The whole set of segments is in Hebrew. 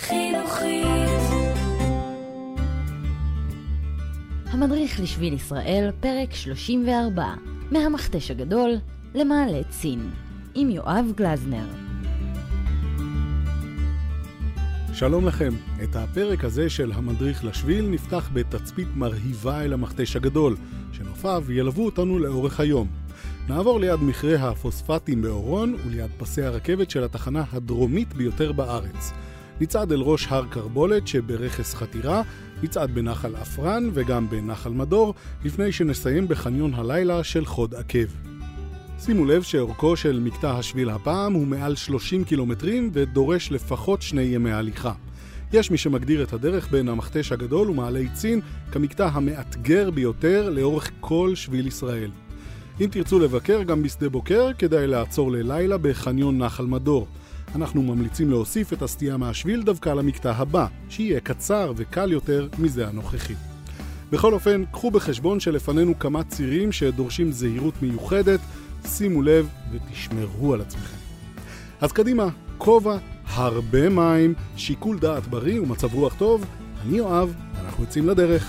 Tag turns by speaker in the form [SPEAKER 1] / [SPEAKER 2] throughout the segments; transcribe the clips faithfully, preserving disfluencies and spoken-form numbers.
[SPEAKER 1] חינוכית. המדריך לשביל ישראל, פרק שלושים וארבע, מהמכתש הגדול למעלה צין, עם יואב גלזנר.
[SPEAKER 2] שלום לכם, את הפרק הזה של המדריך לשביל נפתח בתצפית מרהיבה אל המכתש הגדול, שנופיו ילוו אותנו לאורך היום. נעבור ליד מכרה הפוספטים באורון וליד פסי הרכבת של התחנה הדרומית ביותר בארץ. נצעד אל ראש הר קרבולת שברכס חתירה, נצעד בנחל אפרן וגם בנחל מדור, לפני שנסיים בחניון הלילה של חוד עקב. שימו לב שאורכו של מקטע השביל הפעם הוא מעל שלושים קילומטרים ודורש לפחות שני ימי הליכה. יש מי שמגדיר את הדרך בין המכתש הגדול ומעלי צין כמקטע המאתגר ביותר לאורך כל שביל ישראל. אם תרצו לבקר גם בשדה בוקר, כדאי לעצור ללילה בחניון נחל מדור. אנחנו ממליצים להוסיף את הסטייה מהשביל דווקא למקטע הבא, שיהיה קצר וקל יותר מזה הנוכחי. בכל אופן, קחו בחשבון שלפנינו כמה צירים שדורשים זהירות מיוחדת, שימו לב ותשמרו על עצמכם. אז קדימה, כובע, הרבה מים, שיקול דעת בריא ומצב רוח טוב. אני יואב, אנחנו יוצאים לדרך.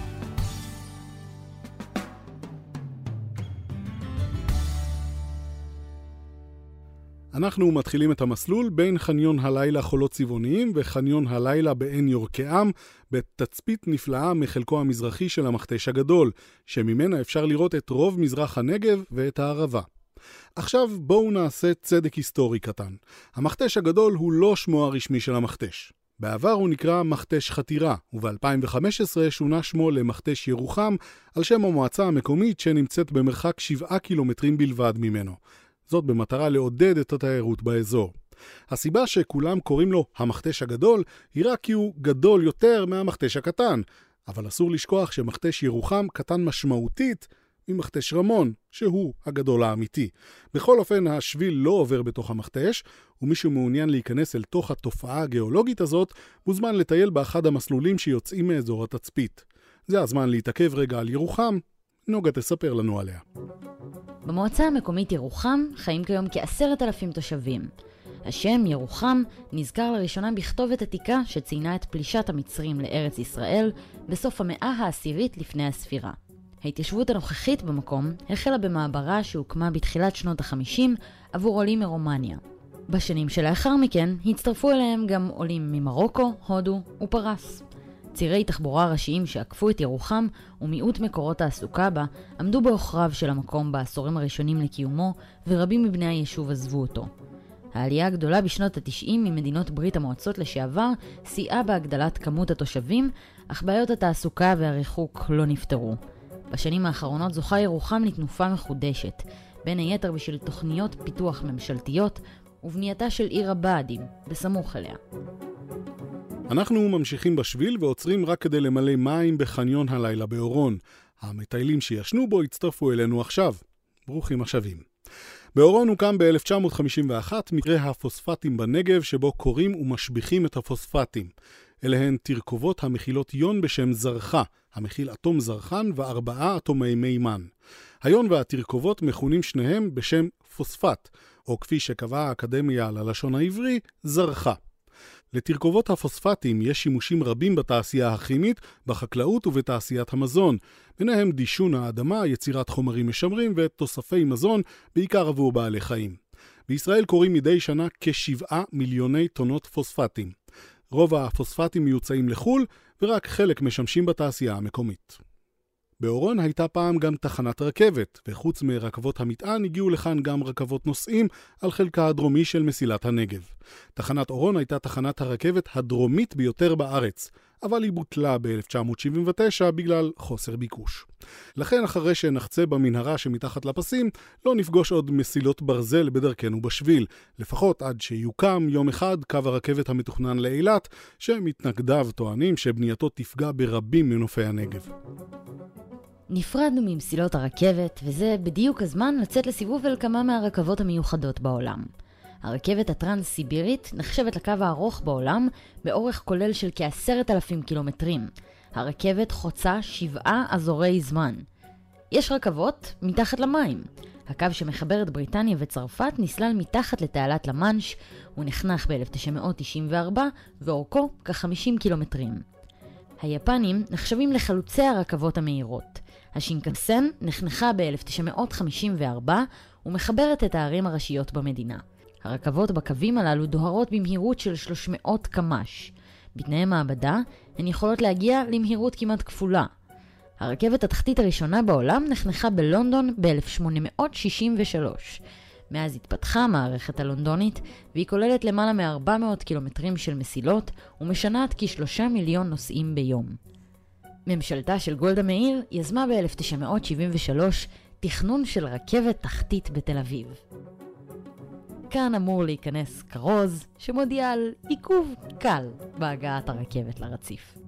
[SPEAKER 2] אנחנו מתחילים את המסלול בין חניון הלילה חולות צבעוניים וחניון הלילה בעין יורקעם, בתצפית נפלאה מחלקו המזרחי של המכתש הגדול, שממנה אפשר לראות את רוב מזרח הנגב ואת הערבה. עכשיו בואו נעשה צדק היסטורי קטן. המכתש הגדול הוא לא שמו הרשמי של המכתש. בעבר הוא נקרא מכתש חתירה, וב-אלפיים וחמש עשרה שונה שמו למכתש ירוחם, על שם המועצה המקומית שנמצאת במרחק שבעה קילומטרים בלבד ממנו. זאת במטרה לעודד את התיירות באזור. הסיבה שכולם קוראים לו המכתש הגדול היא רק כי הוא גדול יותר מהמכתש הקטן, אבל אסור לשכוח שמכתש ירוחם קטן משמעותית ממכתש רמון, שהוא הגדול האמיתי. בכל אופן, השביל לא עובר בתוך המכתש, ומי שמעוניין להיכנס אל תוך התופעה הגיאולוגית הזאת, מוזמן לטייל באחד המסלולים שיוצאים מאזור התצפית. זה הזמן להתעכב רגע על ירוחם, נוגה תספר לנו עליה.
[SPEAKER 1] במועצה המקומית ירוחם חיים כיום כעשרת אלפים תושבים. השם ירוחם נזכר לראשונה בכתובת עתיקה שציינה את פלישת המצרים לארץ ישראל בסוף המאה העשירית לפני הספירה. ההתיישבות הנוכחית במקום החלה במעברה שהוקמה בתחילת שנות החמישים עבור עולים מרומניה. בשנים שלאחר מכן הצטרפו אליהם גם עולים ממרוקו, הודו ופרס. צירי תחבורה ראשיים שעקפו את ירוחם ומיעוט מקורות העסוקה בה עמדו באוכריו של המקום בעשורים הראשונים לקיומו, ורבים מבני היישוב עזבו אותו. העלייה הגדולה בשנות ה-תשעים ממדינות ברית המועצות לשעבר סייעה בהגדלת כמות התושבים, אך בעיות התעסוקה והריחוק לא נפתרו. בשנים האחרונות זוכה ירוחם לתנופה מחודשת, בין היתר בשביל תוכניות פיתוח ממשלתיות ובנייתה של עיר הבה"דים בסמוך אליה.
[SPEAKER 2] אנחנו ממשיכים בשביל ועוצרים רק כדי למלא מים בחניון הלילה באורון. המטיילים שישנו בו הצטרפו אלינו עכשיו. ברוכים השבים. באורון הוקם ב-אלף תשע מאות חמישים ואחת מכרה הפוספטים בנגב, שבו קוראים ומשביחים את הפוספטים. אלה הן תרכובות המכילות יון בשם זרחה, המכיל אטום זרחן וארבעה אטומי מימן. היון והתרכובות מכונים שניהם בשם פוספט, או כפי שקבעה האקדמיה ללשון העברי, זרחה. לתרכובות הפוספטים יש שימושים רבים בתעשייה הכימית, בחקלאות ובתעשיית המזון, ביניהם דישון האדמה, יצירת חומרים משמרים ותוספי מזון, בעיקר עבור בעלי חיים. בישראל קוראים מדי שנה כשבעה מיליוני טונות פוספטים. רוב הפוספטים מיוצאים לחול, ורק חלק משמשים בתעשייה המקומית. באורון הייתה פעם גם תחנת רכבת, וחוץ מרכבות המטען הגיעו לכאן גם רכבות נוסעים על חלקה הדרומי של מסילת הנגב. תחנת אורון הייתה תחנת הרכבת הדרומית ביותר בארץ, אבל היא בוטלה ב-אלף תשע מאות שבעים ותשע בגלל חוסר ביקוש. לכן אחרי שנחצה במנהרה שמתחת לפסים, לא נפגוש עוד מסילות ברזל בדרכנו בשביל, לפחות עד שיוקם יום אחד קו הרכבת המתוכנן לאילת, שמתנגדיו טוענים שבנייתו תפגע ברבים מנופי הנגב.
[SPEAKER 1] נפרדנו ממסילות הרכבת, וזה בדיוק הזמן לצאת לסיבוב אל כמה מהרכבות המיוחדות בעולם. הרכבת הטרנס-סיבירית נחשבת לקו הארוך בעולם, באורך כולל של כעשרת אלפים קילומטרים. הרכבת חוצה שבעה אזורי זמן. יש רכבות מתחת למים. הקו שמחבר את בריטניה וצרפת נסלל מתחת לתעלת למאנש, הוא נחנך ב-אלף תשע מאות תשעים וארבע ואורכו כ-חמישים קילומטרים. היפנים נחשבים לחלוצי הרכבות המהירות. השינקנסן נחנכה ב-אלף תשע מאות חמישים וארבע ומחברת את הערים הראשיות במדינה. הרכבות בקווים הללו דוהרות במהירות של שלוש מאות קמ"ש. בתנאי מעבדה הן יכולות להגיע למהירות כמעט כפולה. הרכבת התחתית הראשונה בעולם נחנכה בלונדון ב-אלף שמונה מאות שישים ושלוש. מאז התפתחה המערכת הלונדונית, והיא כוללת למעלה מ-ארבע מאות קילומטרים של מסילות ומשנעת כשלושה מיליון נוסעים ביום. ממשלתה של גולדה מאיר יזמה ב-אלף תשע מאות שבעים ושלוש תכנון של רכבת תחתית בתל אביב. כאן אמור להיכנס כרוז שמודיע על עיכוב קל בהגעת הרכבת לרציף.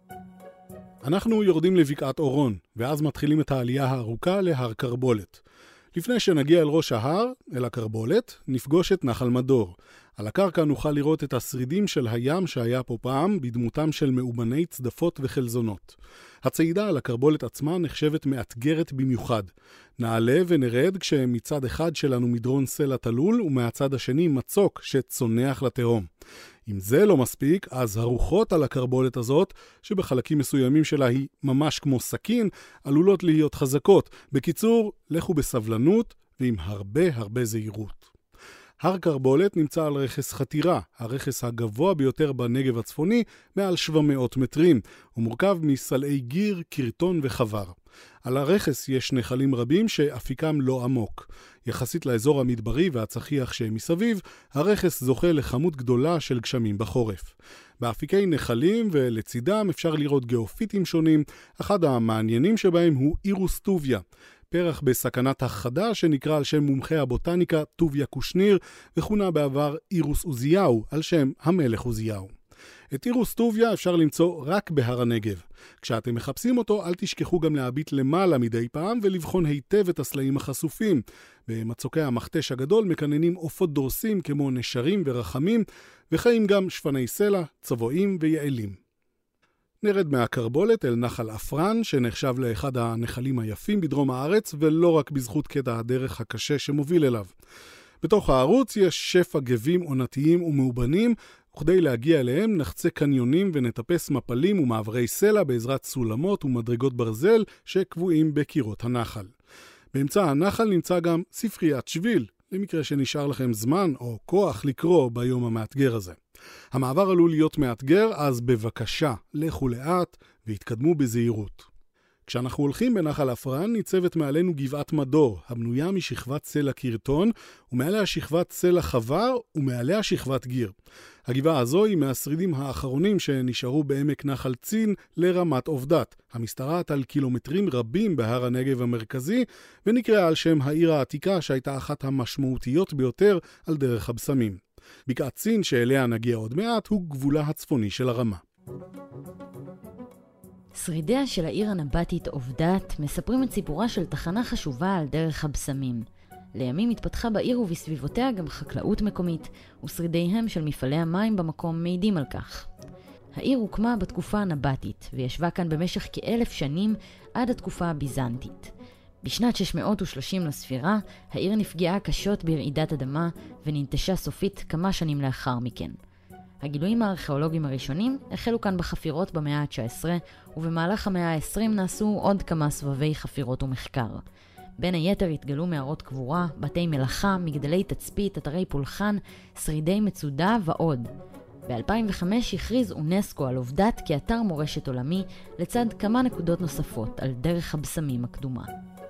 [SPEAKER 2] אנחנו יורדים לבקעת אורון, ואז מתחילים את העלייה הארוכה להר קרבולת. לפני שנגיע אל ראש ההר, אל הקרבולת, נפגוש את נחל מדור. על הקרקע נוכל לראות את השרידים של הים שהיה פה פעם, בדמותם של מאובני צדפות וחלזונות. הצעידה על הקרבולת עצמה נחשבת מאתגרת במיוחד. נעלה ונרד כשמצד אחד שלנו מדרון סלע תלול, ומהצד השני מצוק שצונח לתהום. אם זה לא מספיק, אז הרוחות על הקרבולת הזאת, שבחלקים מסוימים שלה היא ממש כמו סכין, עלולות להיות חזקות. בקיצור, לכו בסבלנות ועם הרבה הרבה זהירות. הר קרבולת נמצא על רכס חתירה, הרכס הגבוה ביותר בנגב הצפוני, מעל שבע מאות מטרים. הוא מורכב מסלעי גיר, קרטון וחבר. על הרכס יש נחלים רבים שאפיקם לא עמוק. יחסית לאזור המדברי והצחיח שמסביב, הרכס זוכה לכמות גדולה של גשמים בחורף. באפיקי נחלים ולצידם אפשר לראות גאופיטים שונים, אחד המעניינים שבהם הוא אירוס טוביה. פרח בסכנת החדה שנקרא על שם מומחי הבוטניקה טוביה קושניר, וכונה בעבר אירוס עוזיהו, על שם המלך עוזיהו. את אירוס טוביה אפשר למצוא רק בהר הנגב. כשאתם מחפשים אותו, אל תשכחו גם להביט למעלה מדי פעם ולבחון היטב את הסלעים החשופים. במצוקי המכתש הגדול מקננים עופות דורסים כמו נשרים ורחמים, וחיים גם שפני סלע, צבועים ויעלים. נרד מהקרבולת אל נחל אפרן, שנחשב לאחד הנחלים היפים בדרום הארץ, ולא רק בזכות קטע הדרך הקשה שמוביל אליו. בתוך הערוץ יש שפע גבים עונתיים ומאובנים, וכדי להגיע אליהם נחצה קניונים ונטפס מפלים ומעברי סלע בעזרת סולמות ומדרגות ברזל שקבועים בקירות הנחל. באמצע הנחל נמצא גם ספריית שביל, למקרה שנשאר לכם זמן או כוח לקרוא ביום המאתגר הזה. המעבר עלול להיות מאתגר, אז בבקשה, לכו לאט והתקדמו בזהירות. כשאנחנו הולכים בנחל אפרן, ניצבת מעלינו גבעת מדור, הבנויה משכבת סלע קרטון, ומעליה שכבת סלע חבר, ומעליה שכבת גיר. הגבעה הזו היא מהשרידים האחרונים שנשארו בעמק נחל צין לרמת עובדת, המשתרעת על קילומטרים רבים בהר הנגב המרכזי, ונקראה על שם העיר העתיקה שהייתה אחת המשמעותיות ביותר על דרך הבשמים. בקעת צין, שאליה נגיע עוד מעט, הוא גבולה הצפוני של הרמה.
[SPEAKER 1] שרידיה של העיר הנבטית עובדת מספרים את סיפורה של תחנה חשובה על דרך הבשמים. לימים התפתחה בעיר ובסביבותיה גם חקלאות מקומית, ושרידיהם של מפעלי המים במקום מעידים על כך. העיר הוקמה בתקופה הנבטית, וישבה כאן במשך כאלף שנים עד התקופה הביזנטית. בשנת שש מאות ושלושים לספירה, העיר נפגעה קשות ברעידת אדמה, וננטשה סופית כמה שנים לאחר מכן. הגילויים הארכיאולוגיים הראשונים החלו כאן בחפירות במאה ה-תשע עשרה, ובמהלך המאה ה-עשרים נעשו עוד כמה סבבי חפירות ומחקר. בין היתר התגלו מערות קבורה, בתי מלאכה, מגדלי תצפית, אתרי פולחן, שרידי מצודה ועוד. ב-אלפיים וחמש הכריז אונסקו על עובדת כאתר מורשת עולמי, לצד כמה נקודות נוספות על דרך הבשמים הקדומה.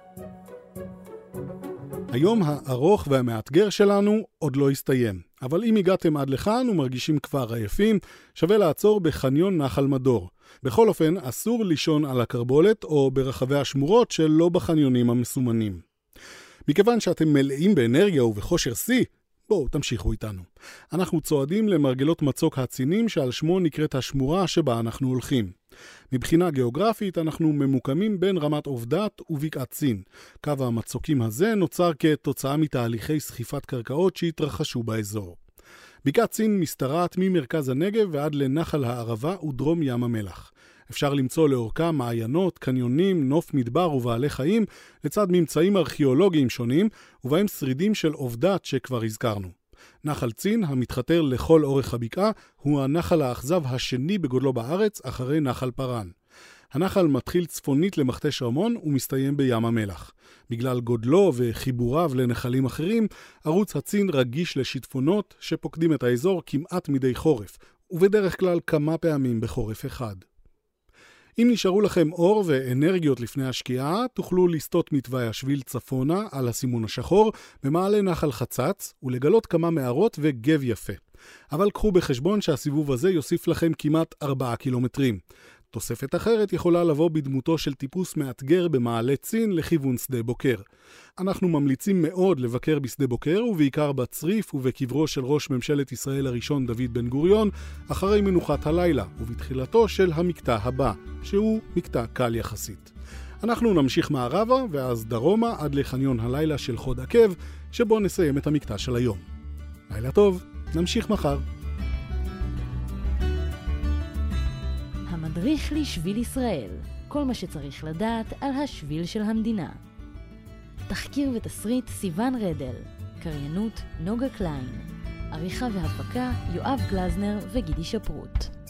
[SPEAKER 2] היום הארוך והמאתגר שלנו עוד לא הסתיים, אבל אם הגעתם עד לכאן ומרגישים כבר עייפים, שווה לעצור בחניון נחל מדור. בכל אופן, אסור לישון על הקרבולת או ברחבי השמורות שלא בחניונים המסומנים. מכיוון שאתם מלאים באנרגיה ובכושר שיא, בואו תמשיכו איתנו. אנחנו צועדים למרגלות מצוק הצינים שעל שמו נקראת השמורה שבה אנחנו הולכים. מבחינה גיאוגרפית אנחנו ממוקמים בין רמת עובדת ובקעת צין. קו המצוקים הזה נוצר כתוצאה מתהליכי סחיפת קרקעות שהתרחשו באזור. בקעת צין משתרעת ממרכז הנגב ועד לנחל הערבה ודרום ים המלח. אפשר למצוא לאורכה מעיינות, קניונים, נוף מדבר ובעלי חיים, לצד ממצאים ארכיאולוגיים שונים, ובהם שרידים של עובדת שכבר הזכרנו. נחל צין, המתחתר לכל אורך הבקעה, הוא הנחל האכזב השני בגודלו בארץ, אחרי נחל פרן. הנחל מתחיל צפונית למכתש רמון ומסתיים בים המלח. בגלל גודלו וחיבוריו לנחלים אחרים, ערוץ הצין רגיש לשיטפונות שפוקדים את האזור כמעט מדי חורף, ובדרך כלל כמה פעמים בחורף אחד. אם נשארו לכם אור ואנרגיות לפני השקיעה, תוכלו לסטות מתוואי השביל צפונה על הסימון השחור במעלה נחל חצץ ולגלות כמה מערות וגב יפה. אבל קחו בחשבון שהסיבוב הזה יוסיף לכם כמעט ארבעה קילומטרים. תוספת אחרת יכולה לבוא בדמותו של טיפוס מאתגר במעלה צין לכיוון שדה בוקר. אנחנו ממליצים מאוד לבקר בשדה בוקר ובעיקר בצריף ובקברו של ראש ממשלת ישראל הראשון דוד בן גוריון אחרי מנוחת הלילה ובתחילתו של המקטע הבא, שהוא מקטע קל יחסית. אנחנו נמשיך מערבה ואז דרומה עד לחניון הלילה של חוד עקב, שבו נסיים את המקטע של היום. לילה טוב, נמשיך מחר.
[SPEAKER 1] המדריך לשביל ישראל, כל מה שצריך לדעת על השביל של המדינה. תחקיר ותסריט סיוון רדל, קריינות נוגה קליין, עריכה והפקה יואב גלזנר וגידי שפרוט.